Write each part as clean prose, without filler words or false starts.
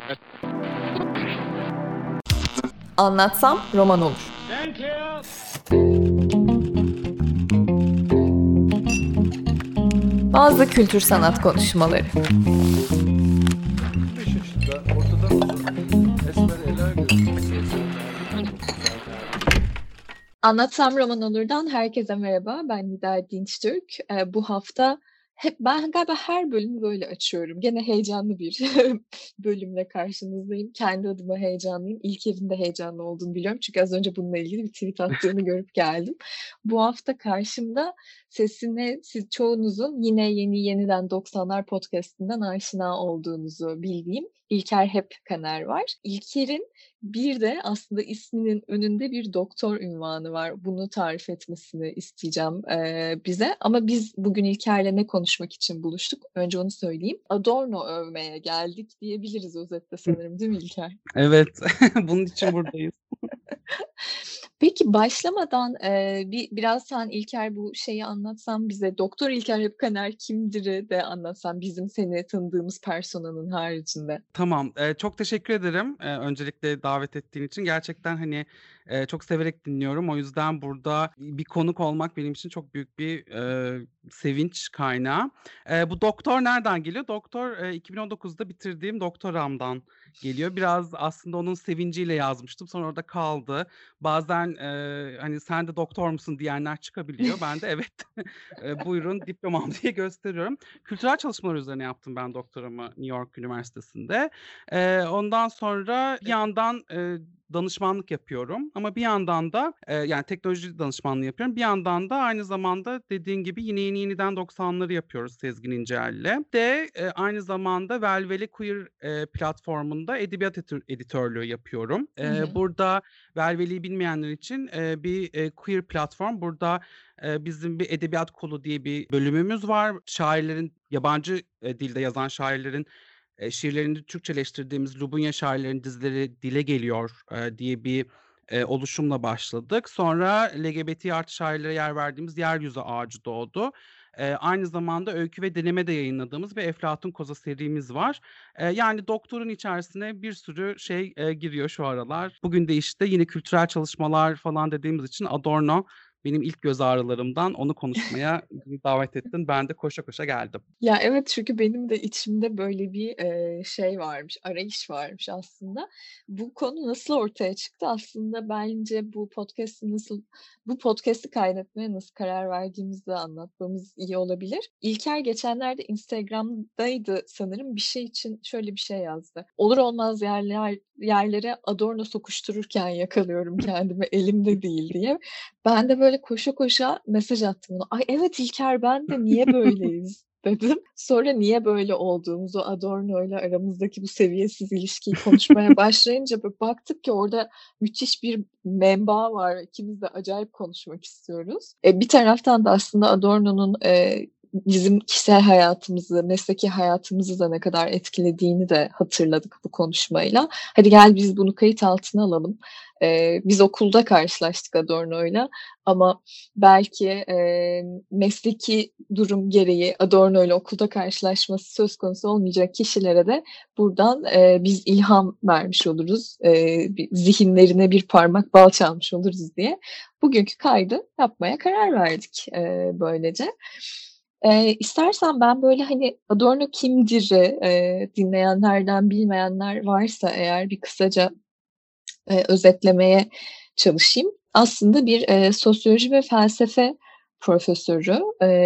Anlatsam roman olur. Bazı kültür sanat konuşmaları. 25 yaşında ortadan uzun esmer Ela görüyoruz. Anlatsam roman olurdan herkese merhaba. Ben Nida Dinçtürk. Bu hafta ben galiba her bölümü böyle açıyorum. Gene heyecanlı bir bölümle karşınızdayım. Kendi adıma heyecanlıyım. İlker'in de heyecanlı olduğunu biliyorum. Çünkü az önce bununla ilgili bir tweet attığını görüp geldim. Bu hafta karşımda sesine siz çoğunuzun yine yeniden 90'lar podcast'inden aşina olduğunuzu bildiğim İlker Hep Kaner var. İlker'in bir de aslında isminin önünde bir doktor unvanı var. Bunu tarif etmesini isteyeceğim bize. Ama biz bugün İlker'le ne konuşmak için buluştuk? Önce onu söyleyeyim. Adorno övmeye geldik diyebiliriz özetle sanırım, değil mi İlker? Evet, bunun için buradayız. Peki başlamadan biraz sen İlker bu şeyi anlatsan bize. Doktor İlker Hep Kaner kimdir'i de anlatsan bizim seni tanıdığımız personanın haricinde. Tamam, çok teşekkür ederim öncelikle davet ettiğin için. Gerçekten çok severek dinliyorum. O yüzden burada bir konuk olmak benim için çok büyük bir sevinç kaynağı. Bu doktor nereden geliyor? Doktor 2019'da bitirdiğim doktoramdan geliyor. Biraz aslında onun sevinciyle yazmıştım. Sonra orada kaldı. Bazen hani sen de doktor musun diyenler çıkabiliyor. Ben de evet buyurun diplomam diye gösteriyorum. Kültürel çalışmalar üzerine yaptım ben doktoramı New York Üniversitesi'nde. Ondan sonra bir yandan danışmanlık yapıyorum ama bir yandan da yani teknoloji danışmanlığı yapıyorum. Bir yandan da aynı zamanda dediğin gibi yeniden 90'ları yapıyoruz Sezgin İncel'le. Aynı zamanda Velveli Queer platformunda edebiyat editörlüğü yapıyorum. Burada Velveli'yi bilmeyenler için bir queer platform. Burada bizim bir edebiyat kolu diye bir bölümümüz var. Şairlerin, yabancı dilde yazan şairlerin şiirlerini Türkçeleştirdiğimiz Lubunya şairlerin dizileri dile geliyor diye bir oluşumla başladık. Sonra LGBT artı şairlere yer verdiğimiz Yeryüzü Ağacı doğdu. Aynı zamanda öykü ve deneme de yayınladığımız bir Eflatun Koza serimiz var. Yani doktorun içerisine bir sürü şey giriyor şu aralar. Bugün de işte yine kültürel çalışmalar falan dediğimiz için Adorno benim ilk göz ağrılarımdan, onu konuşmaya davet ettin. Ben de koşa koşa geldim. Ya evet, çünkü benim de içimde böyle bir şey varmış, arayış varmış aslında. Bu konu nasıl ortaya çıktı? Aslında bence bu podcast'i kaydetmeye nasıl karar verdiğimizi de anlatmamız iyi olabilir. İlker geçenlerde Instagram'daydı sanırım, bir şey için şöyle bir şey yazdı. Olur olmaz yerlere Adorno sokuştururken yakalıyorum kendimi, elimde değil diye. Ben de böyle koşa koşa mesaj attım ona. Ay evet İlker, ben de niye böyleyiz dedim. Sonra niye böyle olduğumuzu, Adorno ile aramızdaki bu seviyesiz ilişkiyi konuşmaya başlayınca baktık ki orada müthiş bir menba var. İkimiz de acayip konuşmak istiyoruz. Bir taraftan da aslında Adorno'nun bizim kişisel hayatımızı, mesleki hayatımızı da ne kadar etkilediğini de hatırladık bu konuşmayla. Hadi gel biz bunu kayıt altına alalım. Biz okulda karşılaştık Adorno'yla ama belki mesleki durum gereği Adorno'yla okulda karşılaşması söz konusu olmayacak kişilere de buradan biz ilham vermiş oluruz. Zihinlerine bir parmak bal çalmış oluruz diye bugünkü kaydı yapmaya karar verdik böylece. İstersen ben böyle hani Adorno kimdir dinleyenlerden bilmeyenler varsa eğer bir kısaca özetlemeye çalışayım. Aslında bir sosyoloji ve felsefe profesörü.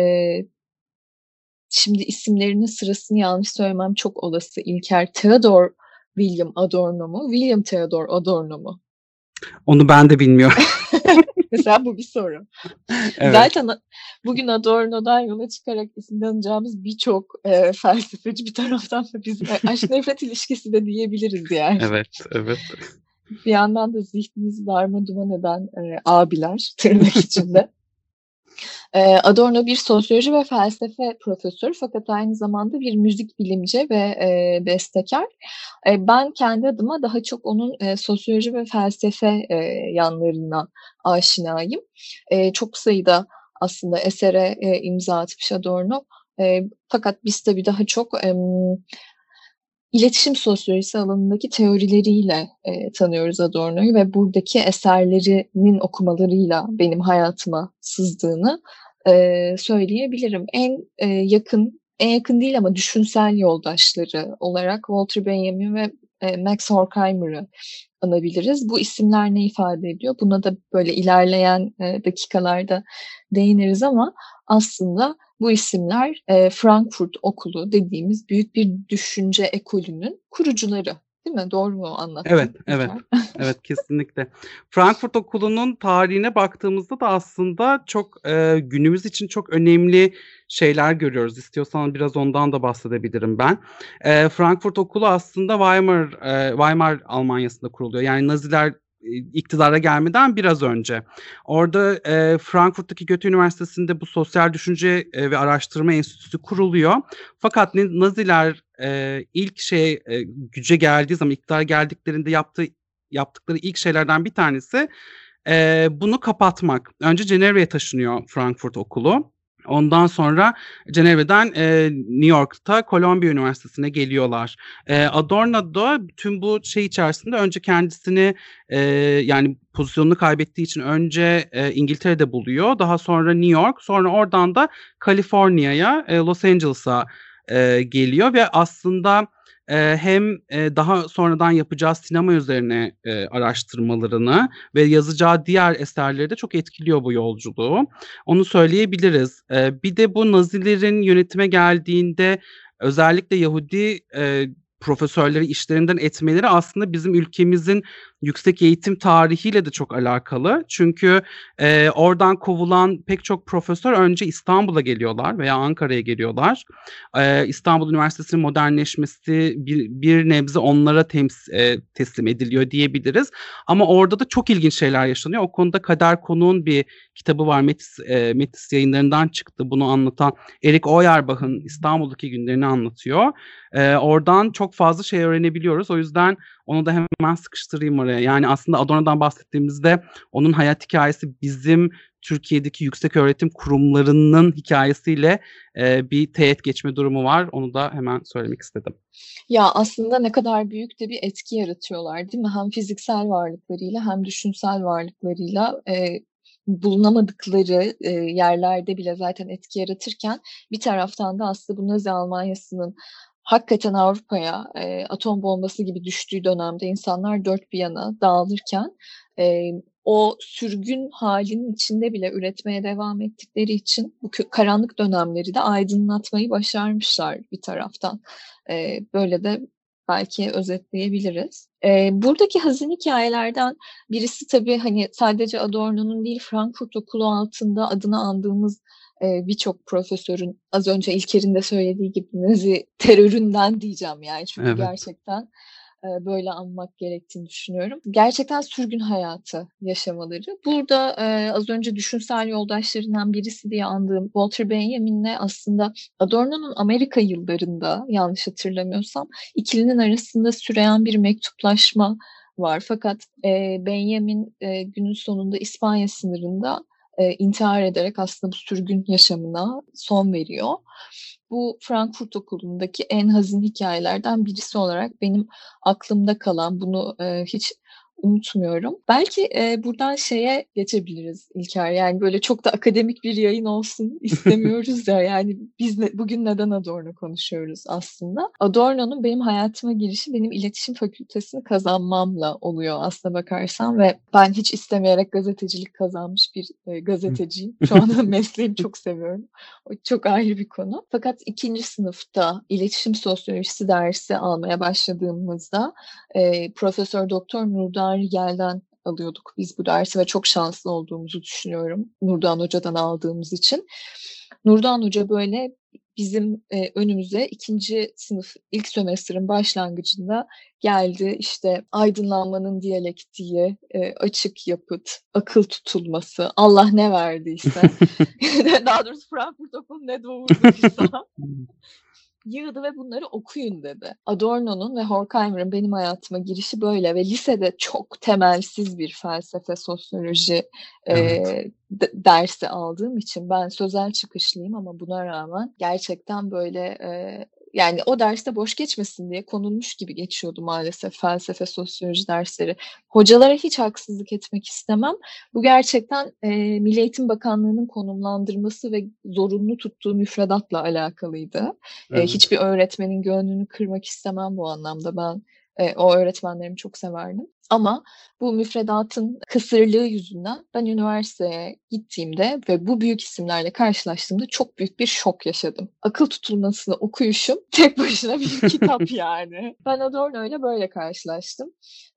Şimdi isimlerinin sırasını yanlış söylemem çok olası. İlker, Theodor William Adorno mu? William Theodor Adorno mu? Onu ben de bilmiyorum. Mesela bu bir soru. Evet. Zaten bugün Adorno'dan yola çıkarak isimleneceğimiz birçok felsefeci bir taraftan da biz aşk nefret ilişkisi de diyebiliriz yani. Evet, evet. Bir yandan da zihnimizi darmaduman eden abiler tırnak içinde. Adorno bir sosyoloji ve felsefe profesörü fakat aynı zamanda bir müzik bilimci ve bestekar. Ben kendi adıma daha çok onun sosyoloji ve felsefe yanlarına aşinayım. Çok sayıda aslında esere imza atmış Adorno. Fakat biz tabii daha çok İletişim sosyolojisi alanındaki teorileriyle tanıyoruz Adorno'yu ve buradaki eserlerinin okumalarıyla benim hayatıma sızdığını söyleyebilirim. En yakın değil ama düşünsel yoldaşları olarak Walter Benjamin ve Max Horkheimer'ı anabiliriz. Bu isimler ne ifade ediyor? Buna da böyle ilerleyen dakikalarda değiniriz ama aslında bu isimler Frankfurt Okulu dediğimiz büyük bir düşünce ekolünün kurucuları. Değil mi? Doğru mu anlattım Evet, evet. İlker? Evet, kesinlikle. Frankfurt Okulu'nun tarihine baktığımızda da aslında çok günümüz için çok önemli şeyler görüyoruz. İstiyorsan biraz ondan da bahsedebilirim ben. Frankfurt Okulu aslında Weimar Almanya'sında kuruluyor. Yani Naziler iktidara gelmeden biraz önce. Orada Frankfurt'taki Goethe Üniversitesi'nde bu sosyal düşünce ve araştırma enstitüsü kuruluyor. Fakat Naziler ilk güce geldiği zaman, iktidara geldiklerinde yaptıkları ilk şeylerden bir tanesi bunu kapatmak. Önce Cenevre'ye taşınıyor Frankfurt Okulu. Ondan sonra Cenevre'den New York'ta Columbia Üniversitesi'ne geliyorlar. Adorno da tüm bu içerisinde önce kendisini yani pozisyonunu kaybettiği için önce İngiltere'de buluyor. Daha sonra New York, sonra oradan da Kaliforniya'ya, Los Angeles'a geliyor ve aslında hem daha sonradan yapacağı sinema üzerine araştırmalarını ve yazacağı diğer eserleri de çok etkiliyor bu yolculuğu. Onu söyleyebiliriz. Bir de bu Nazilerin yönetime geldiğinde özellikle Yahudi profesörleri işlerinden etmeleri aslında bizim ülkemizin yüksek eğitim tarihiyle de çok alakalı. Çünkü oradan kovulan pek çok profesör önce İstanbul'a geliyorlar veya Ankara'ya geliyorlar. İstanbul Üniversitesi'nin modernleşmesi bir nebze onlara teslim ediliyor diyebiliriz. Ama orada da çok ilginç şeyler yaşanıyor. O konuda Kader Konuğ'un bir kitabı var. Metis yayınlarından çıktı. Bunu anlatan Erik Auerbach'ın İstanbul'daki günlerini anlatıyor. Oradan çok fazla şey öğrenebiliyoruz. O yüzden onu da hemen sıkıştırayım oraya. Yani aslında Adorno'dan bahsettiğimizde onun hayat hikayesi bizim Türkiye'deki yüksek öğretim kurumlarının hikayesiyle bir teğet geçme durumu var. Onu da hemen söylemek istedim. Ya aslında ne kadar büyük de bir etki yaratıyorlar, değil mi? Hem fiziksel varlıklarıyla hem düşünsel varlıklarıyla bulunamadıkları yerlerde bile zaten etki yaratırken bir taraftan da aslında bu Nazi Almanyası'nın hakikaten Avrupa'ya atom bombası gibi düştüğü dönemde insanlar dört bir yana dağılırken o sürgün halinin içinde bile üretmeye devam ettikleri için bu karanlık dönemleri de aydınlatmayı başarmışlar bir taraftan. Böyle de belki özetleyebiliriz. Buradaki hazin hikayelerden birisi tabii hani sadece Adorno'nun değil Frankfurt Okulu altında adını andığımız birçok profesörün az önce İlker'in de söylediği gibi Nazi teröründen diyeceğim yani çünkü Evet. gerçekten böyle anmak gerektiğini düşünüyorum. Gerçekten sürgün hayatı yaşamaları. Burada az önce düşünsel yoldaşlarından birisi diye andığım Walter Benjamin'le aslında Adorno'nun Amerika yıllarında yanlış hatırlamıyorsam ikilinin arasında süren bir mektuplaşma var. Fakat Benjamin günün sonunda İspanya sınırında intihar ederek aslında bu sürgün yaşamına son veriyor. Bu Frankfurt Okulu'ndaki en hazin hikayelerden birisi olarak benim aklımda kalan, bunu hiç unutmuyorum. Belki buradan şeye geçebiliriz İlker. Yani böyle çok da akademik bir yayın olsun istemiyoruz ya. Yani biz bugün neden Adorno konuşuyoruz aslında? Adorno'nun benim hayatıma girişi benim iletişim fakültesini kazanmamla oluyor aslına bakarsan ve ben hiç istemeyerek gazetecilik kazanmış bir gazeteciyim. Şu anda mesleğimi çok seviyorum. O çok ayrı bir konu. Fakat ikinci sınıfta iletişim sosyolojisi dersi almaya başladığımızda Profesör Doktor Nurdan Rigel'den alıyorduk biz bu dersi ve çok şanslı olduğumuzu düşünüyorum Nurdan Hoca'dan aldığımız için. Nurdan Hoca böyle bizim önümüze ikinci sınıf ilk sömestrin başlangıcında geldi. İşte aydınlanmanın diyalektiği, açık yapıt, akıl tutulması, Allah ne verdiyse. Daha doğrusu Frankfurt Okulu ne doğurduysa yığdı ve bunları okuyun dedi. Adorno'nun ve Horkheimer'ın benim hayatıma girişi böyle ve lisede çok temelsiz bir felsefe, sosyoloji Evet. dersi aldığım için ben sözel çıkışlıyım ama buna rağmen gerçekten böyle yani o derste boş geçmesin diye konulmuş gibi geçiyordu maalesef felsefe, sosyoloji dersleri. Hocalara hiç haksızlık etmek istemem. Bu gerçekten Milli Eğitim Bakanlığı'nın konumlandırması ve zorunlu tuttuğu müfredatla alakalıydı. Evet. Hiçbir öğretmenin gönlünü kırmak istemem bu anlamda. Ben o öğretmenlerimi çok severdim. Ama bu müfredatın kısırlığı yüzünden ben üniversiteye gittiğimde ve bu büyük isimlerle karşılaştığımda çok büyük bir şok yaşadım. Akıl tutulmasını okuyuşum tek başına bir kitap yani. Ben Adorno'yla böyle karşılaştım.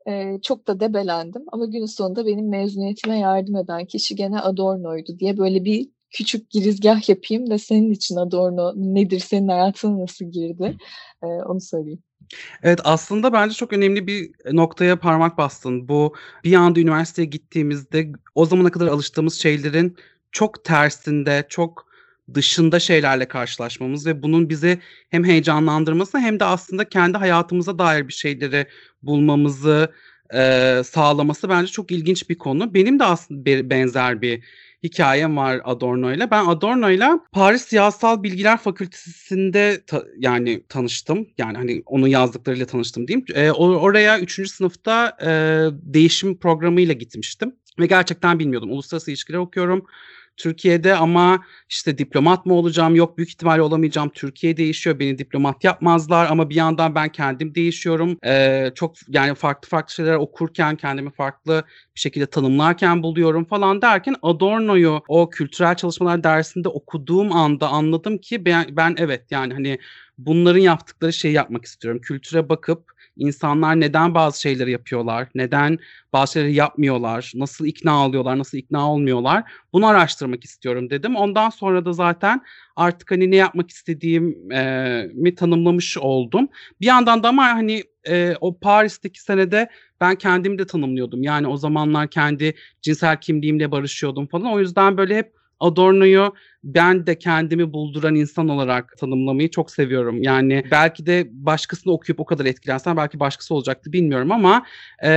Çok da debelendim ama günün sonunda benim mezuniyetime yardım eden kişi gene Adorno'ydu diye böyle bir küçük girizgah yapayım da senin için Adorno nedir, senin hayatına nasıl girdi, onu söyleyeyim. Evet, aslında bence çok önemli bir noktaya parmak bastın. Bu bir anda üniversiteye gittiğimizde o zamana kadar alıştığımız şeylerin çok tersinde, çok dışında şeylerle karşılaşmamız ve bunun bizi hem heyecanlandırması hem de aslında kendi hayatımıza dair bir şeyleri bulmamızı sağlaması bence çok ilginç bir konu. Benim de aslında benzer bir hikayem var Adorno'yla. Ben Adorno'yla Paris Siyasal Bilgiler Fakültesi'nde yani tanıştım. Yani hani onun yazdıklarıyla tanıştım diyeyim. Oraya 3. sınıfta değişim programıyla gitmiştim. Ve gerçekten bilmiyordum. Uluslararası ilişkiler okuyorum Türkiye'de ama işte diplomat mı olacağım? Yok, büyük ihtimalle olamayacağım. Türkiye değişiyor. Beni diplomat yapmazlar ama bir yandan ben kendim değişiyorum. Çok yani farklı şeyler okurken kendimi farklı bir şekilde tanımlarken buluyorum falan derken Adorno'yu o kültürel çalışmalar dersinde okuduğum anda anladım ki ben evet yani hani bunların yaptıkları şeyi yapmak istiyorum. Kültüre bakıp insanlar neden bazı şeyleri yapıyorlar, neden bazı şeyleri yapmıyorlar, nasıl ikna oluyorlar, nasıl ikna olmuyorlar, bunu araştırmak istiyorum dedim. Ondan sonra da zaten artık hani ne yapmak istediğimi tanımlamış oldum. Bir yandan da ama hani o Paris'teki senede ben kendimi de tanımlıyordum. Yani o zamanlar kendi cinsel kimliğimle barışıyordum falan. O yüzden böyle hep Adorno'yu ben de kendimi bulduran insan olarak tanımlamayı çok seviyorum. Yani belki de başkasını okuyup o kadar etkilensen belki başkası olacaktı bilmiyorum ama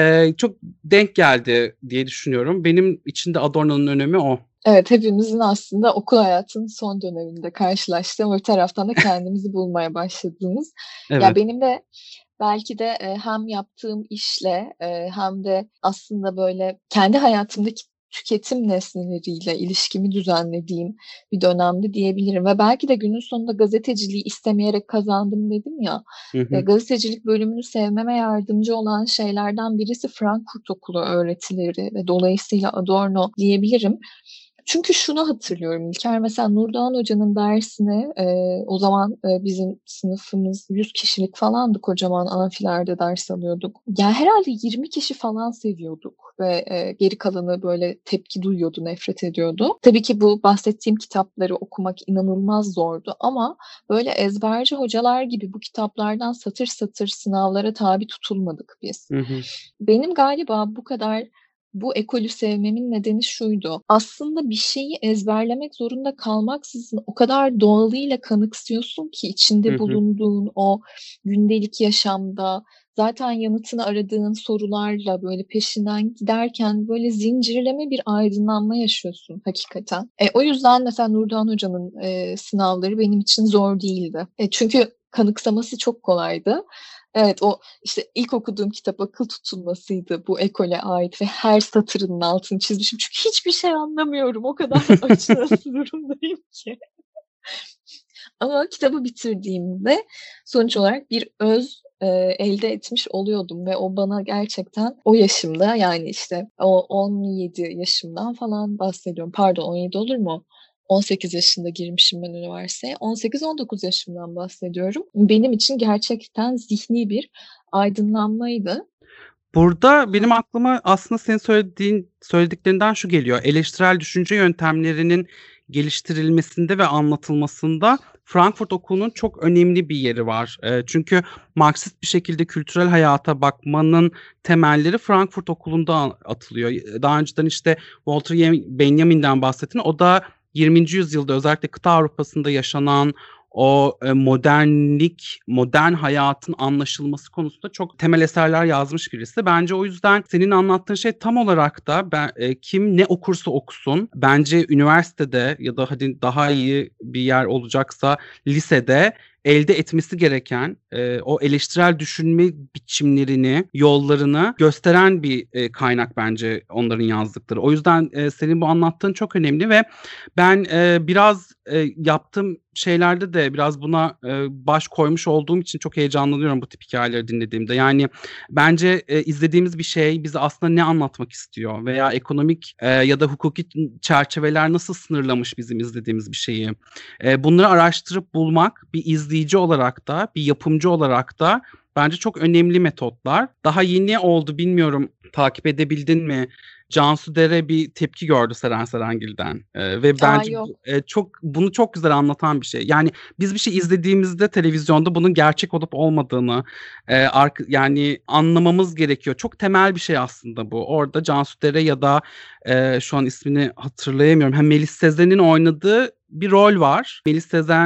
çok denk geldi diye düşünüyorum. Benim için de Adorno'nun önemi o. Evet, hepimizin aslında okul hayatının son döneminde karşılaştığı ama bir taraftan da kendimizi bulmaya başladığımız. Evet. Ya benim de belki de hem yaptığım işle hem de aslında böyle kendi hayatımdaki tüketim nesneleriyle ilişkimi düzenlediğim bir dönemde diyebilirim. Ve belki de günün sonunda gazeteciliği istemeyerek kazandım dedim ya. Hı hı. Gazetecilik bölümünü sevmeme yardımcı olan şeylerden birisi Frankfurt Okulu öğretileri ve dolayısıyla Adorno diyebilirim. Çünkü şunu hatırlıyorum İlker, mesela Nurdoğan Hoca'nın dersine o zaman bizim sınıfımız 100 kişilik falandı, kocaman amfilerde ders alıyorduk. Ya herhalde 20 kişi falan seviyorduk ve geri kalanı böyle tepki duyuyordu, nefret ediyordu. Tabii ki bu bahsettiğim kitapları okumak inanılmaz zordu ama böyle ezberci hocalar gibi bu kitaplardan satır satır sınavlara tabi tutulmadık biz. Hı hı. Benim galiba bu ekolü sevmemin nedeni şuydu. Aslında bir şeyi ezberlemek zorunda kalmaksızın o kadar doğalıyla kanıksıyorsun ki Hı içinde hı. bulunduğun o gündelik yaşamda zaten yanıtını aradığın sorularla böyle peşinden giderken böyle zincirleme bir aydınlanma yaşıyorsun hakikaten. O yüzden mesela Nurdoğan Hoca'nın sınavları benim için zor değildi. Çünkü kanıksaması çok kolaydı. Evet, o işte ilk okuduğum kitap Akıl Tutulması'ydı, bu ekole ait ve her satırının altını çizmişim. Çünkü hiçbir şey anlamıyorum. O kadar açık durumdayım ki. Ama kitabı bitirdiğimde sonuç olarak bir öz elde etmiş oluyordum ve o bana gerçekten o yaşımda, yani işte o 17 yaşımdan falan bahsediyorum. Pardon, 17 olur mu? 18 yaşında girmişim ben üniversiteye. 18-19 yaşımdan bahsediyorum. Benim için gerçekten zihni bir aydınlanmaydı. Burada benim aklıma aslında senin söylediklerinden şu geliyor. Eleştirel düşünce yöntemlerinin geliştirilmesinde ve anlatılmasında Frankfurt Okulu'nun çok önemli bir yeri var. Çünkü Marksist bir şekilde kültürel hayata bakmanın temelleri Frankfurt Okulu'nda atılıyor. Daha önceden işte Walter Benjamin'den bahsettin. O da 20. yüzyılda özellikle kıta Avrupa'sında yaşanan o modern hayatın anlaşılması konusunda çok temel eserler yazmış birisi. Bence o yüzden senin anlattığın şey tam olarak da kim ne okursa okusun, bence üniversitede ya da hadi daha iyi bir yer olacaksa lisede elde etmesi gereken o eleştirel düşünme biçimlerini, yollarını gösteren bir kaynak bence onların yazdıkları. O yüzden senin bu anlattığın çok önemli ve ben biraz yaptığım şeylerde de biraz buna baş koymuş olduğum için çok heyecanlanıyorum bu tip hikayeleri dinlediğimde. Yani bence izlediğimiz bir şey bize aslında ne anlatmak istiyor veya ekonomik ya da hukuki çerçeveler nasıl sınırlamış bizim izlediğimiz bir şeyi. Bunları araştırıp bulmak bir izleyici olarak da bir yapımcı olarak da bence çok önemli metotlar. Daha yeni oldu, bilmiyorum takip edebildin mi? Cansu Dere bir tepki gördü Seren Serengil'den ve bence Yok. bunu çok güzel anlatan bir şey. Yani biz bir şey izlediğimizde televizyonda bunun gerçek olup olmadığını yani anlamamız gerekiyor. Çok temel bir şey aslında bu. Orada Cansu Dere ya da şu an ismini hatırlayamıyorum. Melis Sezen'in oynadığı bir rol var. Melis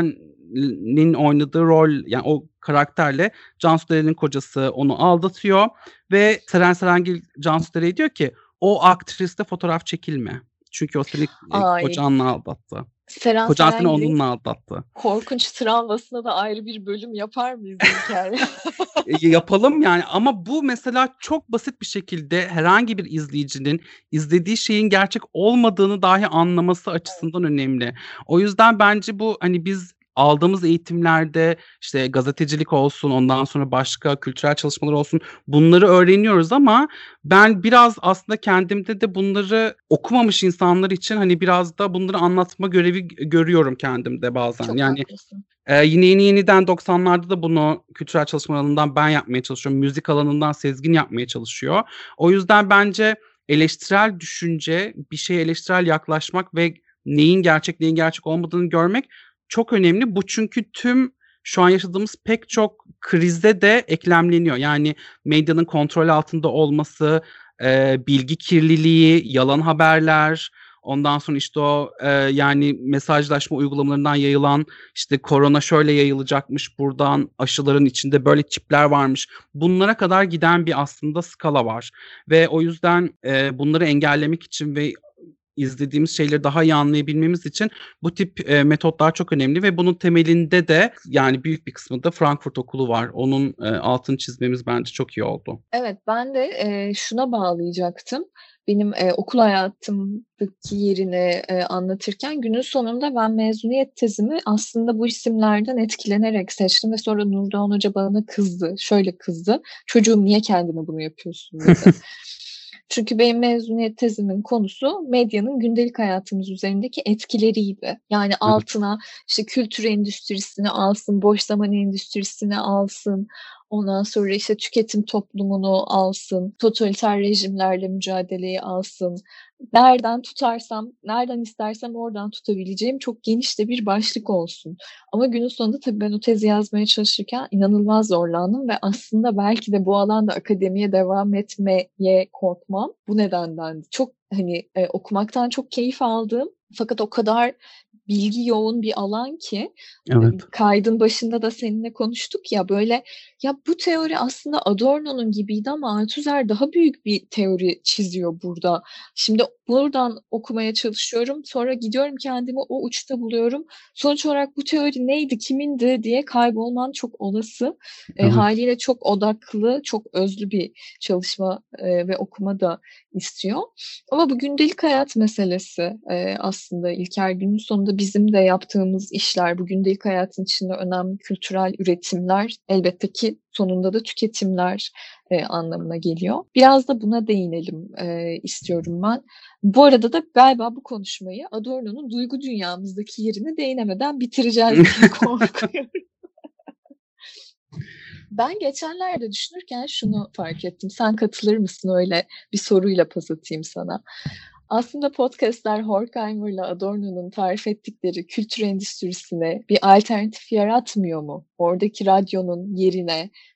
Sezen'in oynadığı rol, yani o karakterle Cansu Dere'nin kocası onu aldatıyor ve Seren Serengil Cansu Dere'ye diyor ki o aktrisle fotoğraf çekilme. Çünkü o seni Ay, kocanla aldattı. Seren Kocan seni Serengil'in onunla aldattı. korkunç travmasına da ayrı bir bölüm yapar mıyız İlker? Yapalım yani, ama bu mesela çok basit bir şekilde herhangi bir izleyicinin izlediği şeyin gerçek olmadığını dahi anlaması açısından önemli. O yüzden bence bu hani biz aldığımız eğitimlerde işte gazetecilik olsun, ondan sonra başka kültürel çalışmalar olsun, bunları öğreniyoruz ama ben biraz aslında kendimde de bunları okumamış insanlar için hani biraz da bunları anlatma görevi görüyorum kendimde bazen. Çok Yani haklısın. yine yeniden 90'larda da bunu kültürel çalışma alanından ben yapmaya çalışıyorum. Müzik alanından Sezgin yapmaya çalışıyor. O yüzden bence eleştirel düşünce, bir şeye eleştirel yaklaşmak ve neyin gerçek olmadığını görmek çok önemli. Bu çünkü tüm şu an yaşadığımız pek çok krizde de eklemleniyor. Yani medyanın kontrol altında olması, bilgi kirliliği, yalan haberler, ondan sonra işte o yani mesajlaşma uygulamalarından yayılan işte korona şöyle yayılacakmış, buradan aşıların içinde böyle çipler varmış. Bunlara kadar giden bir aslında skala var. Ve o yüzden bunları engellemek için ve izlediğimiz şeyleri daha iyi anlayabilmemiz için bu tip metotlar çok önemli ve bunun temelinde de yani büyük bir kısmı da Frankfurt Okulu var. Onun altını çizmemiz bence çok iyi oldu. Evet, ben de şuna bağlayacaktım. Benim okul hayatımdaki yerini anlatırken günün sonunda ben mezuniyet tezimi aslında bu isimlerden etkilenerek seçtim ve sonra Nurdoğan Hoca bana kızdı. Şöyle kızdı. Çocuğum niye kendine bunu yapıyorsun dedi. Çünkü benim mezuniyet tezimin konusu medyanın gündelik hayatımız üzerindeki etkileriydi. Yani altına işte kültür endüstrisini alsın, boş zaman endüstrisini alsın, ondan sonra işte tüketim toplumunu alsın, totaliter rejimlerle mücadeleyi alsın. Nereden istersem oradan tutabileceğim çok geniş de bir başlık olsun. Ama günün sonunda tabii ben o tezi yazmaya çalışırken inanılmaz zorlandım ve aslında belki de bu alanda akademiye devam etmeye korkmam bu nedendendi. Çok okumaktan çok keyif aldım. Fakat o kadar bilgi yoğun bir alan ki Evet. kaydın başında da seninle konuştuk ya böyle ya bu teori aslında Adorno'nun gibiydi ama Althusser daha büyük bir teori çiziyor burada. Şimdi buradan okumaya çalışıyorum. Sonra gidiyorum kendimi o uçta buluyorum. Sonuç olarak bu teori neydi, kimindi diye kaybolman çok olası. Evet. Haliyle çok odaklı, çok özlü bir çalışma ve okuma da istiyor. Ama bu gündelik hayat meselesi aslında İlker, günün sonunda bizim de yaptığımız işler, bu gündelik hayatın içinde önemli kültürel üretimler, elbette ki sonunda da tüketimler anlamına geliyor. Biraz da buna değinelim istiyorum ben. Bu arada da galiba bu konuşmayı Adorno'nun duygu dünyamızdaki yerine değinemeden bitireceğiz diye korkuyorum. Ben geçenlerde düşünürken şunu fark ettim. Sen katılır mısın, öyle bir soruyla pas atayım sana. Aslında podcastler Horkheimer'la Adorno'nun tarif ettikleri kültür endüstrisine bir alternatif yaratmıyor mu? Oradaki radyonun yerine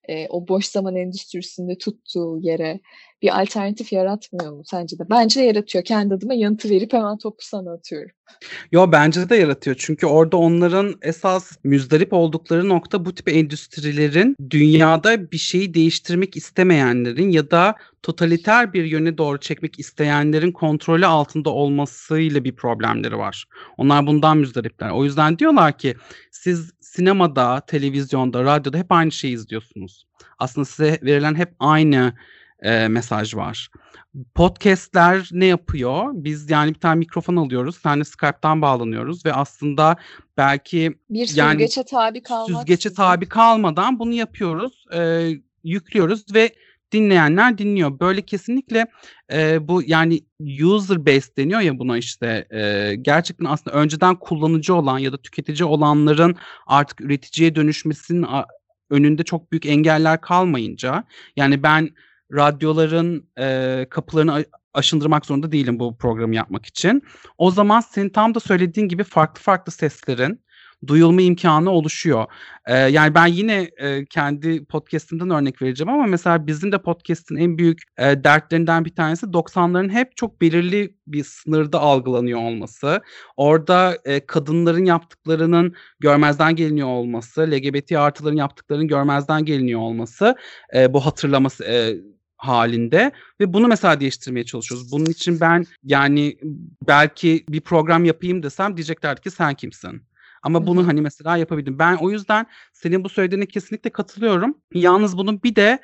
o boş zaman endüstrisinde tuttuğu yere bir alternatif yaratmıyor mu sence de? Bence yaratıyor. Kendi adıma yanıtı verip hemen topu sana atıyorum. Yo, bence de yaratıyor. Çünkü orada onların esas müzdarip oldukları nokta bu tip endüstrilerin dünyada bir şeyi değiştirmek istemeyenlerin ya da totaliter bir yöne doğru çekmek isteyenlerin kontrolü altında olmasıyla bir problemleri var. Onlar bundan müzdaripler. O yüzden diyorlar ki siz sinemada, televizyonda, radyoda hep aynı şeyi izliyorsunuz. Aslında size verilen hep aynı mesaj var. Podcast'ler ne yapıyor? Biz yani bir tane mikrofon alıyoruz. Seninle Skype'tan bağlanıyoruz ve aslında belki Bir yani süzgece tabi süzgece kalmaksızın. tabi kalmadan bunu yapıyoruz. Yüklüyoruz ve dinleyenler dinliyor. Böyle kesinlikle bu yani user base deniyor ya buna işte. Gerçekten aslında önceden kullanıcı olan ya da tüketici olanların artık üreticiye dönüşmesinin önünde çok büyük engeller kalmayınca yani ben radyoların kapılarını aşındırmak zorunda değilim bu programı yapmak için. O zaman senin tam da söylediğin gibi farklı farklı seslerin duyulma imkanı oluşuyor. Yani ben yine kendi podcast'imden örnek vereceğim ama mesela bizim de podcast'in en büyük dertlerinden bir tanesi 90'ların hep çok belirli bir sınırda algılanıyor olması. Orada kadınların yaptıklarının görmezden geliniyor olması, LGBT artıların yaptıklarının görmezden geliniyor olması, bu hatırlaması halinde ve bunu mesela değiştirmeye çalışıyoruz. Bunun için ben yani belki bir program yapayım desem diyeceklerdi ki sen kimsin? Ama bunu hani mesela yapabildim. Ben o yüzden senin bu söylediğine kesinlikle katılıyorum. Yalnız bunun bir de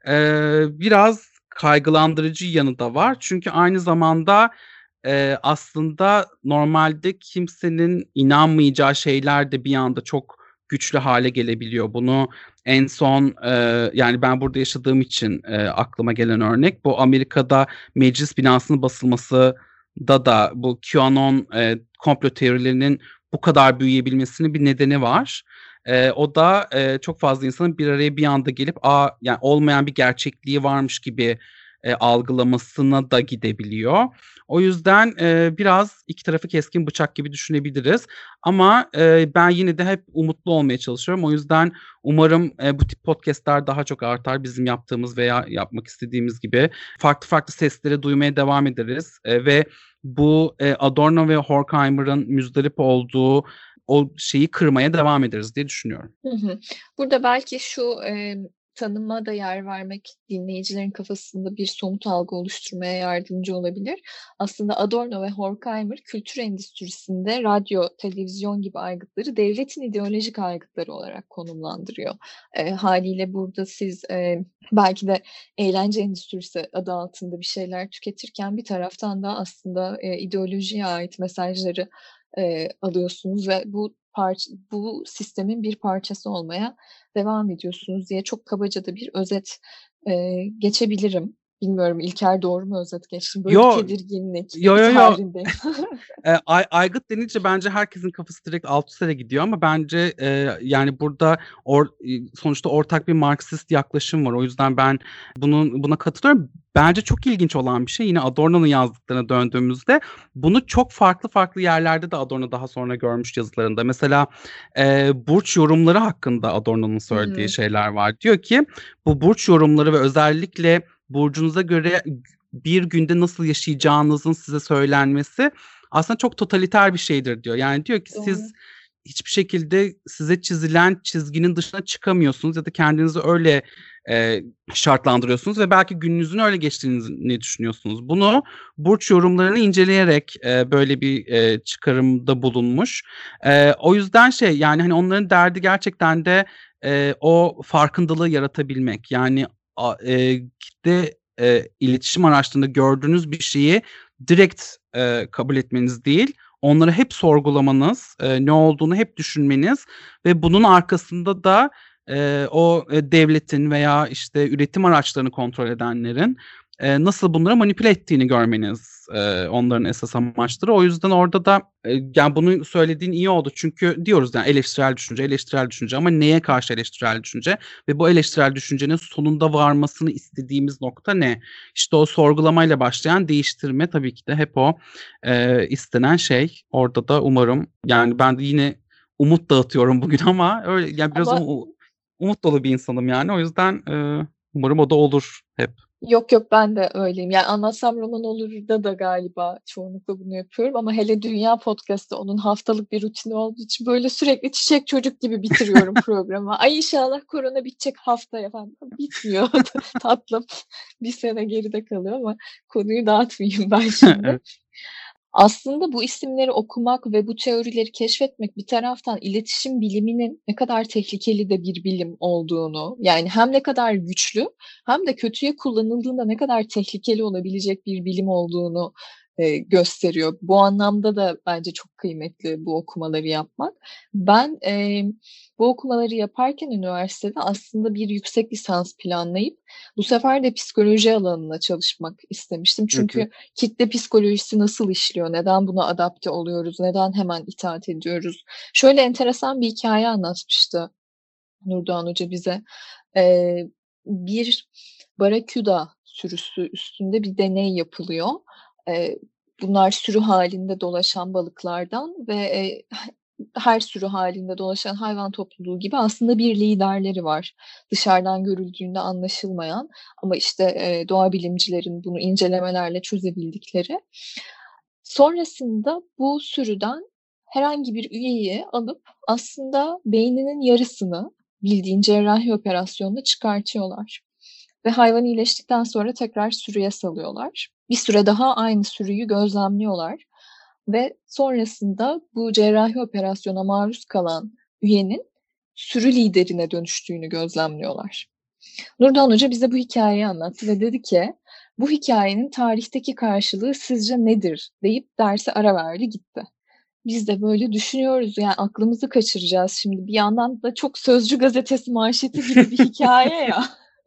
biraz kaygılandırıcı yanı da var. Çünkü aynı zamanda aslında normalde kimsenin inanmayacağı şeyler de bir anda çok güçlü hale gelebiliyor. Bunu en son yani ben burada yaşadığım için aklıma gelen örnek bu Amerika'da meclis binasının basılması da bu QAnon komplo teorilerinin bu kadar büyüyebilmesinin bir nedeni var. O da çok fazla insanın bir araya bir anda gelip yani olmayan bir gerçekliği varmış gibi algılamasına da gidebiliyor. O yüzden biraz iki tarafı keskin bıçak gibi düşünebiliriz. Ama ben yine de hep umutlu olmaya çalışıyorum. O yüzden umarım bu tip podcastler daha çok artar. Bizim yaptığımız veya yapmak istediğimiz gibi farklı farklı sesleri duymaya devam ederiz. Ve bu Adorno ve Horkheimer'ın müzdarip olduğu o şeyi kırmaya devam ederiz diye düşünüyorum. Burada belki şu tanıma da yer vermek dinleyicilerin kafasında bir somut algı oluşturmaya yardımcı olabilir. Aslında Adorno ve Horkheimer kültür endüstrisinde radyo, televizyon gibi aygıtları devletin ideolojik aygıtları olarak konumlandırıyor. Haliyle burada siz belki de eğlence endüstrisi adı altında bir şeyler tüketirken bir taraftan da aslında ideolojiye ait mesajları alıyorsunuz ve bu sistemin bir parçası olmaya devam ediyorsunuz diye çok kabaca da bir özet geçebilirim. Bilmiyorum İlker doğru mu özet geçtim? Böyle bir Yo, tedirginlik, yo, bir yo, yo. halindeyim. Aygıt denince bence herkesin kafası direkt alt üstlere gidiyor ama bence yani burada sonuçta ortak bir Marksist yaklaşım var. O yüzden ben buna katılıyorum. Bence çok ilginç olan bir şey yine Adorno'nun yazdıklarına döndüğümüzde bunu çok farklı yerlerde de Adorno daha sonra görmüş yazılarında. Mesela burç yorumları hakkında Adorno'nun söylediği şeyler var. Diyor ki bu burç yorumları ve özellikle burcunuza göre bir günde nasıl yaşayacağınızın size söylenmesi aslında çok totaliter bir şeydir diyor. Yani diyor ki siz hiçbir şekilde size çizilen çizginin dışına çıkamıyorsunuz ya da kendinizi öyle şartlandırıyorsunuz ve belki gününüzün öyle geçtiğini düşünüyorsunuz. Bunu burç yorumlarını inceleyerek böyle bir çıkarımda bulunmuş. O yüzden yani hani onların derdi gerçekten de o farkındalığı yaratabilmek. Yani kitle iletişim araçlarında gördüğünüz bir şeyi direkt kabul etmeniz değil, onları hep sorgulamanız, ne olduğunu hep düşünmeniz ve bunun arkasında da o devletin veya işte üretim araçlarını kontrol edenlerin nasıl bunları manipüle ettiğini görmeniz onların esas amaçları. O yüzden orada da yani bunu söylediğin iyi oldu. Çünkü diyoruz yani eleştirel düşünce ama neye karşı eleştirel düşünce ve bu eleştirel düşüncenin sonunda varmasını istediğimiz nokta ne? İşte o sorgulamayla başlayan değiştirme tabii ki de hep o istenen şey. Orada da umarım yani ben de yine umut dağıtıyorum bugün ama öyle yani biraz Ama umut dolu bir insanım yani. O yüzden umarım o da olur hep. Yok yok, ben de öyleyim. Yani Anlatsam Roman Olur'da da galiba çoğunlukla bunu yapıyorum ama hele Dünya Podcast'ta onun haftalık bir rutini olduğu için böyle sürekli çiçek çocuk gibi bitiriyorum programı. Ay inşallah korona bitecek haftaya falan. Bitmiyor tatlım. Bir sene geride kalıyor ama konuyu dağıtmayayım ben şimdi. Evet. Aslında bu isimleri okumak ve bu teorileri keşfetmek bir taraftan iletişim biliminin ne kadar tehlikeli de bir bilim olduğunu, yani hem ne kadar güçlü hem de kötüye kullanıldığında ne kadar tehlikeli olabilecek bir bilim olduğunu gösteriyor. Bu anlamda da bence çok kıymetli bu okumaları yapmak. Ben bu okumaları yaparken üniversitede aslında bir yüksek lisans planlayıp bu sefer de psikoloji alanına çalışmak istemiştim. Hı hı. Çünkü kitle psikolojisi nasıl işliyor? Neden buna adapte oluyoruz? Neden hemen itaat ediyoruz? Şöyle enteresan bir hikaye anlatmıştı Nurdoğan Hoca bize. Bir baraküda sürüsü üstünde bir deney yapılıyor. Bunlar sürü halinde dolaşan balıklardan ve her sürü halinde dolaşan hayvan topluluğu gibi aslında bir liderleri var. Dışarıdan görüldüğünde anlaşılmayan ama işte doğa bilimcilerin bunu incelemelerle çözebildikleri. Sonrasında bu sürüden herhangi bir üyeyi alıp aslında beyninin yarısını bildiğin cerrahi operasyonla çıkartıyorlar. Ve hayvan iyileştikten sonra tekrar sürüye salıyorlar. Bir süre daha aynı sürüyü gözlemliyorlar. Ve sonrasında bu cerrahi operasyona maruz kalan üyenin sürü liderine dönüştüğünü gözlemliyorlar. Nurdan Hoca bize bu hikayeyi anlattı ve dedi ki bu hikayenin tarihteki karşılığı sizce nedir deyip derse ara verdi gitti. Biz de böyle düşünüyoruz yani aklımızı kaçıracağız şimdi. Bir yandan da çok Sözcü gazetesi manşeti gibi bir hikaye ya.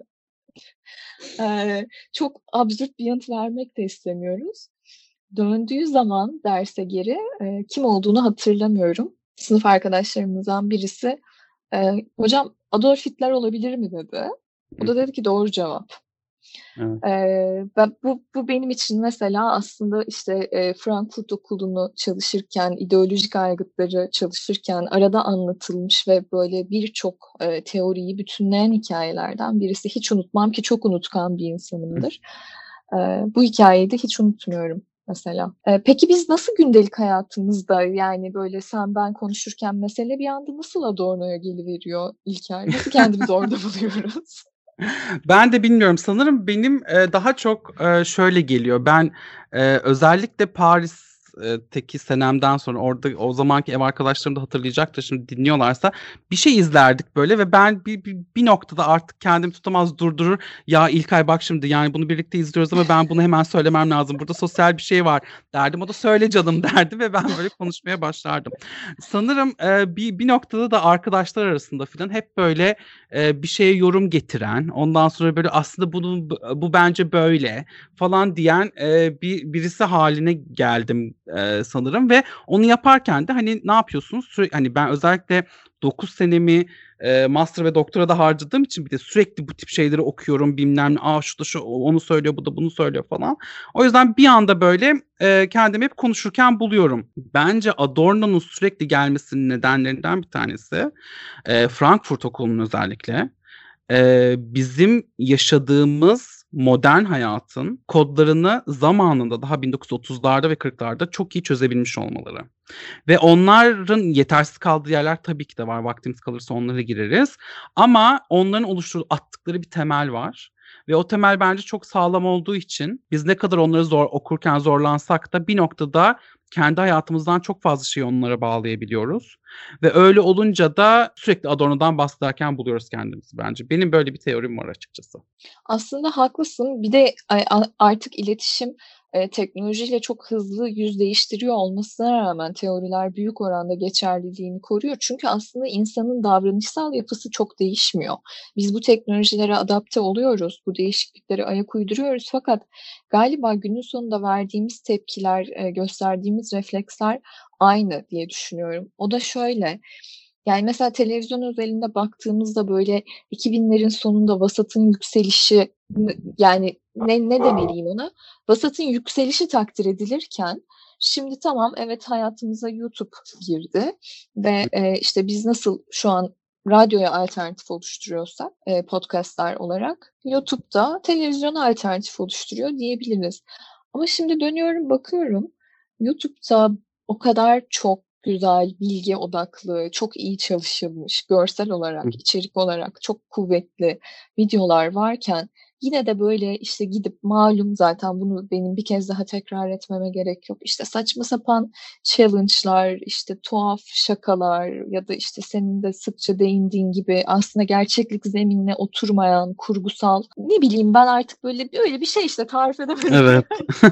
Çok absürt bir yanıt vermek de istemiyoruz. Döndüğü zaman derse geri kim olduğunu hatırlamıyorum. Sınıf arkadaşlarımızdan birisi hocam Adolf Hitler olabilir mi dedi. O da dedi ki doğru cevap. Evet. Ben bu benim için mesela aslında işte Frankfurt Okulu'nu çalışırken, ideolojik aygıtları çalışırken arada anlatılmış ve böyle birçok teoriyi bütünleyen hikayelerden birisi. Hiç unutmam ki çok unutkan bir insanımdır. Bu hikayeyi de hiç unutmuyorum mesela. Peki biz nasıl gündelik hayatımızda yani böyle sen ben konuşurken mesele bir anda nasıl Adorno'ya geliveriyor İlker? Nasıl kendimizi orada buluyoruz? Ben de bilmiyorum. Sanırım benim daha çok şöyle geliyor. Ben özellikle Paris'teki senemden sonra orada o zamanki ev arkadaşlarım da hatırlayacaktır şimdi dinliyorlarsa bir şey izlerdik böyle ve ben bir noktada artık kendimi tutamaz durdurur. Ya İlkay bak şimdi yani bunu birlikte izliyoruz ama ben bunu hemen söylemem lazım. Burada sosyal bir şey var derdim. O da söyle canım derdi ve ben böyle konuşmaya başlardım. Sanırım bir noktada da arkadaşlar arasında filan hep böyle bir şeye yorum getiren, ondan sonra böyle aslında bu bence böyle falan diyen birisi haline geldim sanırım ve onu yaparken de hani ne yapıyorsunuz? Hani ben özellikle 9 senemi master ve doktora da harcadığım için bir de sürekli bu tip şeyleri okuyorum bilmem ne. Şu da şu onu söylüyor, bu da bunu söylüyor falan. O yüzden bir anda böyle kendimi hep konuşurken buluyorum. Bence Adorno'nun sürekli gelmesinin nedenlerinden bir tanesi Frankfurt Okulu'nun özellikle bizim yaşadığımız modern hayatın kodlarını zamanında daha 1930'larda ve 40'larda çok iyi çözebilmiş olmaları. Ve onların yetersiz kaldığı yerler tabii ki de var. Vaktimiz kalırsa onlara gireriz. Ama onların attıkları bir temel var. Ve o temel bence çok sağlam olduğu için biz ne kadar onları okurken zorlansak da bir noktada kendi hayatımızdan çok fazla şeyi onlara bağlayabiliyoruz. Ve öyle olunca da sürekli Adorno'dan bahsederken buluyoruz kendimizi bence. Benim böyle bir teorim var açıkçası. Aslında haklısın. Bir de artık iletişim teknolojiyle çok hızlı yüz değiştiriyor olmasına rağmen teoriler büyük oranda geçerliliğini koruyor. Çünkü aslında insanın davranışsal yapısı çok değişmiyor. Biz bu teknolojilere adapte oluyoruz, bu değişikliklere ayak uyduruyoruz. Fakat galiba günün sonunda verdiğimiz tepkiler, gösterdiğimiz refleksler aynı diye düşünüyorum. O da şöyle, yani mesela televizyon özelinde baktığımızda böyle 2000'lerin sonunda vasatın yükselişi yani ne demeliyim ona? Vasatın yükselişi takdir edilirken şimdi tamam evet hayatımıza YouTube girdi ve işte biz nasıl şu an radyoya alternatif oluşturuyorsak podcastlar olarak, YouTube'da televizyona alternatif oluşturuyor diyebiliriz. Ama şimdi dönüyorum bakıyorum, YouTube'da o kadar çok güzel, bilgi odaklı, çok iyi çalışılmış, görsel olarak, içerik olarak çok kuvvetli videolar varken yine de böyle işte gidip malum zaten bunu benim bir kez daha tekrar etmeme gerek yok. İşte saçma sapan challenge'lar, işte tuhaf şakalar ya da işte senin de sıkça değindiğin gibi aslında gerçeklik zeminine oturmayan kurgusal ne bileyim ben artık böyle bir şey işte tarif edemedim. Evet.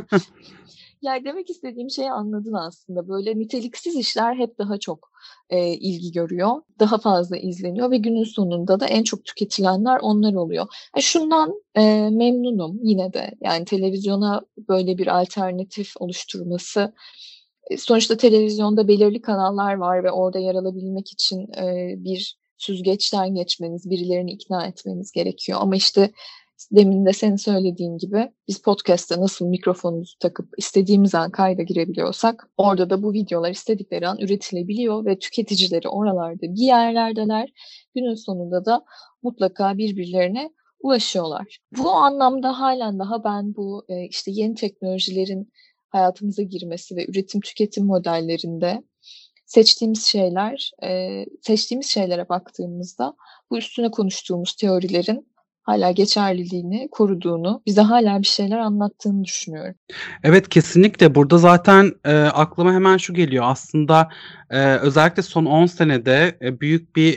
Yani demek istediğim şeyi anladın aslında. Böyle niteliksiz işler hep daha çok ilgi görüyor, daha fazla izleniyor ve günün sonunda da en çok tüketilenler onlar oluyor. Şundan memnunum yine de. Yani televizyona böyle bir alternatif oluşturması. Sonuçta televizyonda belirli kanallar var ve orada yer alabilmek için bir süzgeçten geçmeniz, birilerini ikna etmeniz gerekiyor. Ama işte demin de senin söylediğin gibi biz podcast'te nasıl mikrofonumuzu takıp istediğimiz an kayda girebiliyorsak orada da bu videolar istedikleri an üretilebiliyor ve tüketicileri oralarda bir yerlerdeler. Günün sonunda da mutlaka birbirlerine ulaşıyorlar. Bu anlamda halen daha ben bu işte yeni teknolojilerin hayatımıza girmesi ve üretim tüketim modellerinde seçtiğimiz şeylere baktığımızda bu üstüne konuştuğumuz teorilerin hala geçerliliğini koruduğunu, bize hala bir şeyler anlattığını düşünüyorum. Evet, kesinlikle. Burada zaten, aklıma hemen şu geliyor aslında, özellikle son 10 senede, büyük bir,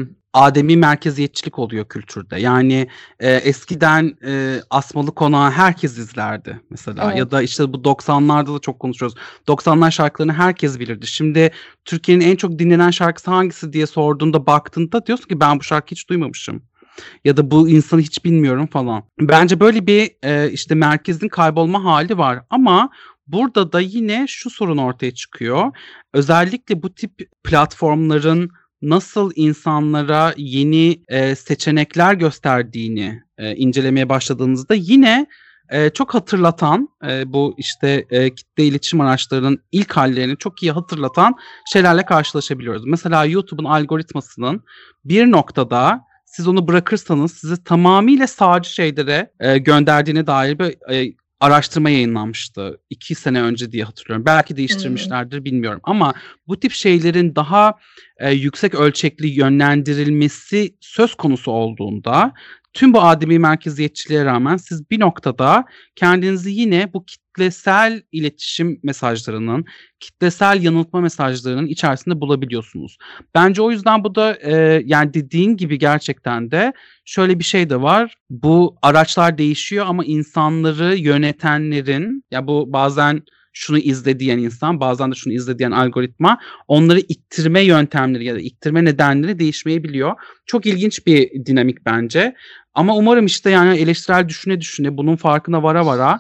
ademi merkeziyetçilik oluyor kültürde. Yani, eskiden, Asmalı Konağı herkes izlerdi mesela ya da, Evet. işte, bu 90'larda da çok konuşuyoruz. 90'lar şarkılarını herkes bilirdi. Şimdi Türkiye'nin en çok dinlenen şarkısı hangisi diye sorduğunda, baktığında diyorsun ki ben bu şarkıyı hiç duymamışım ya da bu insanı hiç bilmiyorum falan. Bence böyle bir işte merkezin kaybolma hali var ama burada da yine şu sorun ortaya çıkıyor. Özellikle bu tip platformların nasıl insanlara yeni seçenekler gösterdiğini incelemeye başladığınızda yine çok hatırlatan bu işte kitle iletişim araçlarının ilk hallerini çok iyi hatırlatan şeylerle karşılaşabiliyoruz. Mesela YouTube'un algoritmasının bir noktada siz onu bırakırsanız sizi tamamıyla sağcı şeylere gönderdiğine dair bir araştırma yayınlanmıştı. 2 sene önce diye hatırlıyorum. Belki değiştirmişlerdir bilmiyorum. Ama bu tip şeylerin daha yüksek ölçekli yönlendirilmesi söz konusu olduğunda tüm bu ademi merkeziyetçiliğe rağmen siz bir noktada kendinizi yine bu kitlesel iletişim mesajlarının, kitlesel yanıltma mesajlarının içerisinde bulabiliyorsunuz. Bence o yüzden bu da yani dediğin gibi gerçekten de şöyle bir şey de var. Bu araçlar değişiyor ama insanları yönetenlerin ya bu bazen şunu izle diyen insan, bazen de şunu izle diyen algoritma onları ittirme yöntemleri ya da ittirme nedenleri değişmeyebiliyor. Çok ilginç bir dinamik bence. Ama umarım işte yani eleştirel düşüne bunun farkına vara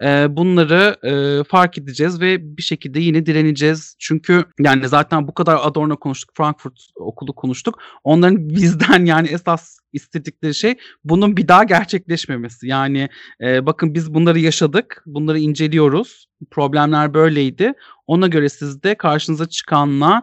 bunları fark edeceğiz ve bir şekilde yine direneceğiz. Çünkü yani zaten bu kadar Adorno konuştuk, Frankfurt Okulu konuştuk. Onların bizden yani esas istedikleri şey bunun bir daha gerçekleşmemesi. Yani bakın biz bunları yaşadık, bunları inceliyoruz. Problemler böyleydi. Ona göre siz de karşınıza çıkanla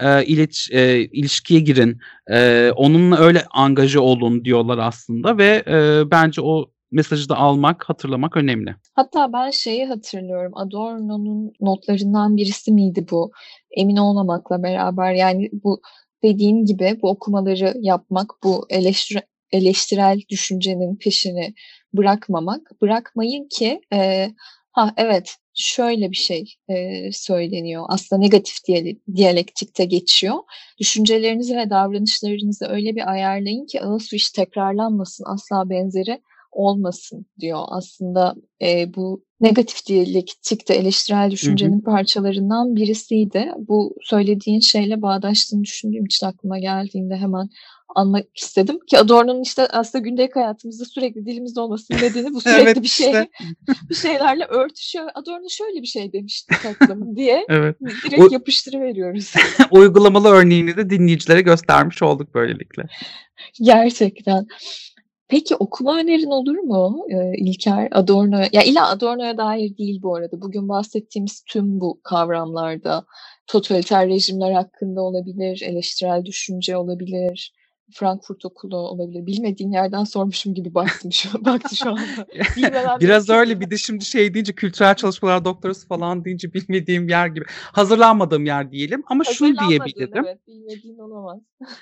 ilişkiye girin. Onunla öyle angaje olun diyorlar aslında ve bence o mesajı da almak, hatırlamak önemli. Hatta ben şeyi hatırlıyorum. Adorno'nun notlarından birisi miydi bu? Emin olmamakla beraber yani bu dediğin gibi bu okumaları yapmak, bu eleştirel düşüncenin peşini bırakmamak, bırakmayın ki evet şöyle bir şey söyleniyor. Aslında negatif diyalektikte geçiyor. Düşüncelerinizi ve davranışlarınızı öyle bir ayarlayın ki ağız suyu tekrarlanmasın, asla benzeri olmasın diyor. Aslında bu negatif diyalektikte eleştirel Hı hı. düşüncenin parçalarından birisiydi. Bu söylediğin şeyle bağdaştığını düşündüğüm için aklıma geldiğinde hemen anmak istedim ki Adorno'nun işte aslında gündelik hayatımızda sürekli dilimizde olmasının nedeni bu sürekli Evet bir şey işte. bir şeylerle örtüşüyor. Adorno şöyle bir şey demişti tatlım diye Evet. direkt yapıştırıveriyoruz. Uygulamalı örneğini de dinleyicilere göstermiş olduk böylelikle. Gerçekten. Peki okuma önerin olur mu İlker? Ya illa Adorno'ya dair değil bu arada. Bugün bahsettiğimiz tüm bu kavramlarda totaliter rejimler hakkında olabilir, eleştirel düşünce olabilir, Frankfurt Okulu olabilir. Bilmediğin yerden sormuşum gibi baktı şu anda. Bilmemem Biraz mümkün öyle. değil. Bir de şimdi şey deyince kültürel çalışmalar doktorası falan deyince bilmediğim yer gibi. Hazırlanmadığım yer diyelim ama şunu Hazırlanmadığın, diyebilirim. evet, bilmediğin olamaz.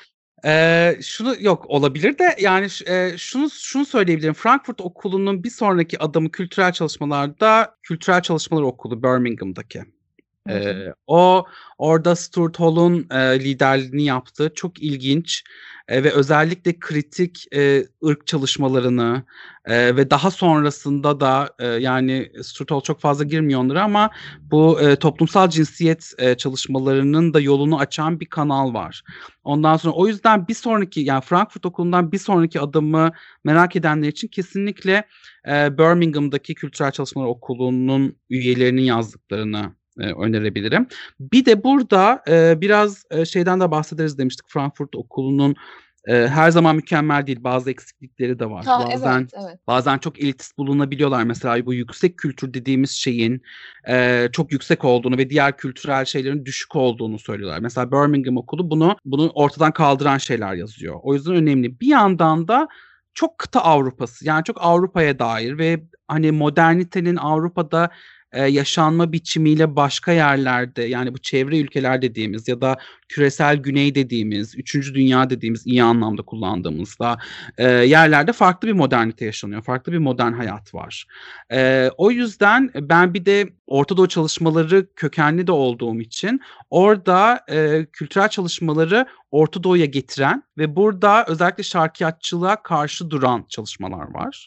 Şunu yok olabilir de yani şunu söyleyebilirim. Frankfurt Okulu'nun bir sonraki adımı kültürel çalışmalarda Kültürel Çalışmalar Okulu Birmingham'daki. Hı hı. Orada Stuart Hall'un liderliğini yaptığı çok ilginç ve özellikle kritik ırk çalışmalarını ve daha sonrasında da yani Stuart Hall çok fazla girmiyor onlara ama bu toplumsal cinsiyet çalışmalarının da yolunu açan bir kanal var. Ondan sonra o yüzden bir sonraki yani Frankfurt Okulu'ndan bir sonraki adımı merak edenler için kesinlikle Birmingham'daki Kültürel Çalışmalar Okulu'nun üyelerinin yazdıklarını önerebilirim. Bir de burada biraz şeyden de bahsederiz demiştik. Frankfurt Okulu'nun her zaman mükemmel değil. Bazı eksiklikleri de var. Ha, evet, evet. Bazen çok elitist bulunabiliyorlar. Mesela bu yüksek kültür dediğimiz şeyin çok yüksek olduğunu ve diğer kültürel şeylerin düşük olduğunu söylüyorlar. Mesela Birmingham Okulu bunu ortadan kaldıran şeyler yazıyor. O yüzden önemli. Bir yandan da çok kıta Avrupası, yani çok Avrupa'ya dair ve hani modernitenin Avrupa'da yaşanma biçimiyle başka yerlerde, yani bu çevre ülkeler dediğimiz ya da küresel güney dediğimiz, üçüncü dünya dediğimiz iyi anlamda kullandığımızda yerlerde farklı bir modernite yaşanıyor. Farklı bir modern hayat var. O yüzden ben bir de Orta Doğu çalışmaları kökenli de olduğum için orada kültürel çalışmaları Orta Doğu'ya getiren ve burada özellikle şarkiyatçılığa karşı duran çalışmalar var.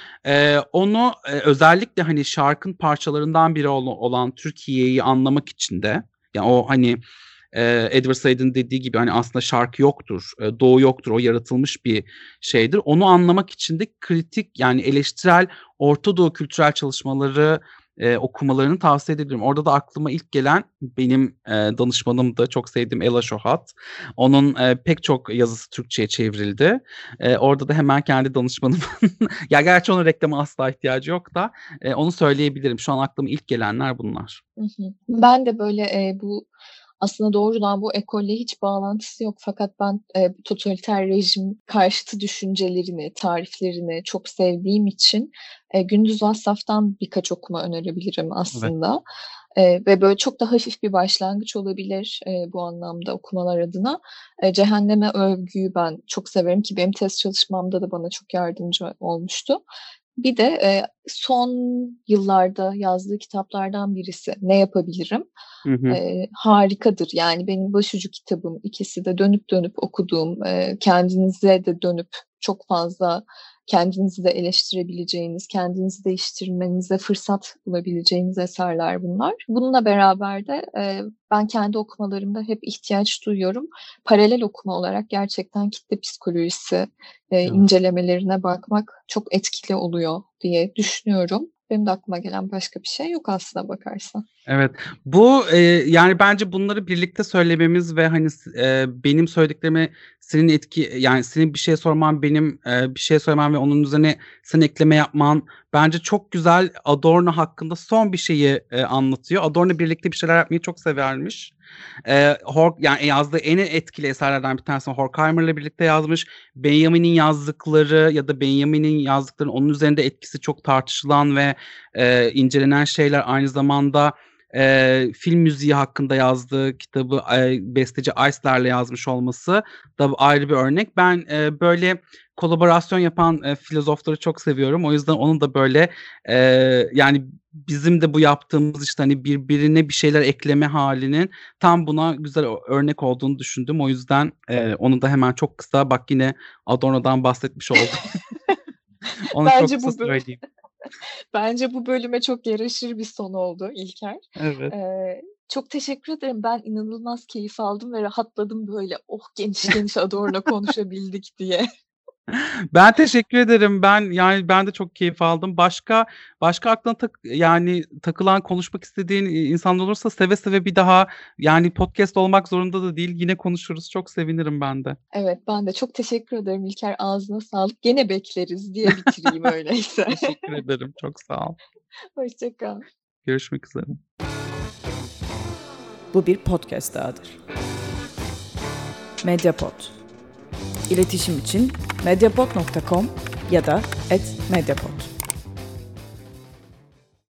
Onu özellikle hani şarkın parçalarından biri olan Türkiye'yi anlamak için de, yani o hani Edward Said'in dediği gibi hani aslında şarkı yoktur, doğu yoktur, o yaratılmış bir şeydir. Onu anlamak için de kritik, yani eleştirel Orta Doğu kültürel çalışmaları okumalarını tavsiye edebilirim. Orada da aklıma ilk gelen benim danışmanım da çok sevdiğim Ela Şohat. Onun pek çok yazısı Türkçe'ye çevrildi. Orada da hemen kendi danışmanımın ya gerçi onun reklama asla ihtiyacı yok da onu söyleyebilirim. Şu an aklıma ilk gelenler bunlar. Hı hı. Ben de böyle bu aslında doğrudan bu ekolle hiç bağlantısı yok fakat ben totaliter rejim karşıtı düşüncelerini, tariflerini çok sevdiğim için Gündüz Vassaf'tan birkaç okuma önerebilirim Evet. aslında. Ve böyle çok da hafif bir başlangıç olabilir bu anlamda okumalar adına. Cehenneme Övgü'yü ben çok severim ki benim tez çalışmamda da bana çok yardımcı olmuştu. Bir de son yıllarda yazdığı kitaplardan birisi Ne Yapabilirim? Hı hı. Harikadır. Yani benim başucu kitabım. İkisi de dönüp dönüp okuduğum, kendinize de dönüp çok fazla kendinizi de eleştirebileceğiniz, kendinizi değiştirmenize fırsat bulabileceğiniz eserler bunlar. Bununla beraber de ben kendi okumalarımda hep ihtiyaç duyuyorum. Paralel okuma olarak gerçekten kitle psikolojisi Evet. incelemelerine bakmak çok etkili oluyor diye düşünüyorum. Benim de aklıma gelen başka bir şey yok aslına bakarsan. Evet. Bu yani bence bunları birlikte söylememiz ve hani benim söylediklerime yani senin bir şey sorman, benim bir şey söylemem ve onun üzerine senin ekleme yapman bence çok güzel Adorno hakkında son bir şeyi anlatıyor. Adorno birlikte bir şeyler yapmayı çok severmiş. Yani yazdığı en etkili eserlerden bir tanesi Horkheimer'la birlikte yazmış. Benjamin'in yazdıkları ya da Benjamin'in yazdıklarının onun üzerinde etkisi çok tartışılan ve incelenen şeyler. Aynı zamanda film müziği hakkında yazdığı kitabı besteci Eisler'le yazmış olması da ayrı bir örnek. Ben böyle kolaborasyon yapan filozofları çok seviyorum. O yüzden onun da böyle yani bizim de bu yaptığımız işte hani birbirine bir şeyler ekleme halinin tam buna güzel örnek olduğunu düşündüm. O yüzden onu da hemen çok kısa, bak yine Adorno'dan bahsetmiş oldum. Onu çok Bence kısa bu söyleyeyim. Bence bu bölüme çok yaraşır bir son oldu İlker. Evet. Çok teşekkür ederim. Ben inanılmaz keyif aldım ve rahatladım böyle. Oh, geniş geniş Adorno konuşabildik diye. Ben teşekkür ederim. Ben de çok keyif aldım. Başka aklına takılan, konuşmak istediğin insanlar olursa seve seve bir daha, yani podcast olmak zorunda da değil, yine konuşuruz. Çok sevinirim ben de. Evet, ben de çok teşekkür ederim İlker. Ağzına sağlık. Gene bekleriz diye bitireyim öyleyse. Teşekkür ederim. Çok sağ ol. Hoşça kal. Görüşmek üzere. Bu bir podcast dahadır. Mediapod. İletişim için mediapod.com ya da @mediapod.